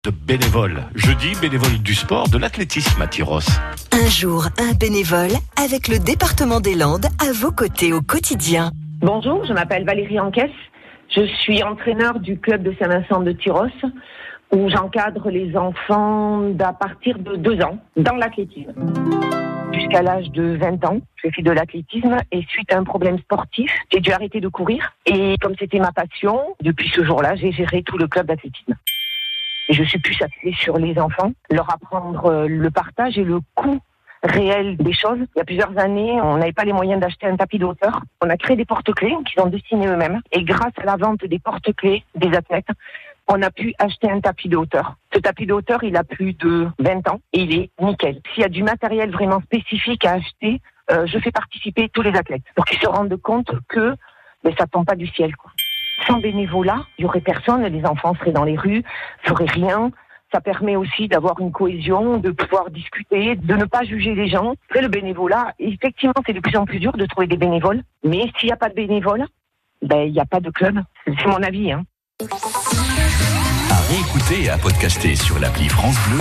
De bénévoles. Jeudi, bénévoles du sport, de l'athlétisme à Tyrosse. Un jour, un bénévole avec le département des Landes à vos côtés au quotidien. Bonjour, je m'appelle Valérie Anquès. Je suis entraîneur du club de Saint-Vincent de Tyrosse où j'encadre les enfants d'à partir de 2 ans dans l'athlétisme. Jusqu'à l'âge de 20 ans, je fais de l'athlétisme et suite à un problème sportif, j'ai dû arrêter de courir. Et comme c'était ma passion, depuis ce jour-là, j'ai géré tout le club d'athlétisme. Et je suis plus axée sur les enfants, leur apprendre le partage et le coût réel des choses. Il y a plusieurs années, on n'avait pas les moyens d'acheter un tapis de hauteur. On a créé des porte-clés qu'ils ont dessinés eux-mêmes. Et grâce à la vente des porte-clés des athlètes, on a pu acheter un tapis de hauteur. Ce tapis de hauteur, il a plus de 20 ans et il est nickel. S'il y a du matériel vraiment spécifique à acheter, je fais participer tous les athlètes pour qu'ils se rendent compte que ça tombe pas du ciel, quoi. Sans bénévolat, il y aurait personne, les enfants seraient dans les rues, feraient rien. Ça permet aussi d'avoir une cohésion, de pouvoir discuter, de ne pas juger les gens. Après, le bénévolat, effectivement, c'est de plus en plus dur de trouver des bénévoles. Mais s'il n'y a pas de bénévoles, il n'y a pas de club. C'est mon avis, À réécouter et à podcaster sur l'appli France Bleu.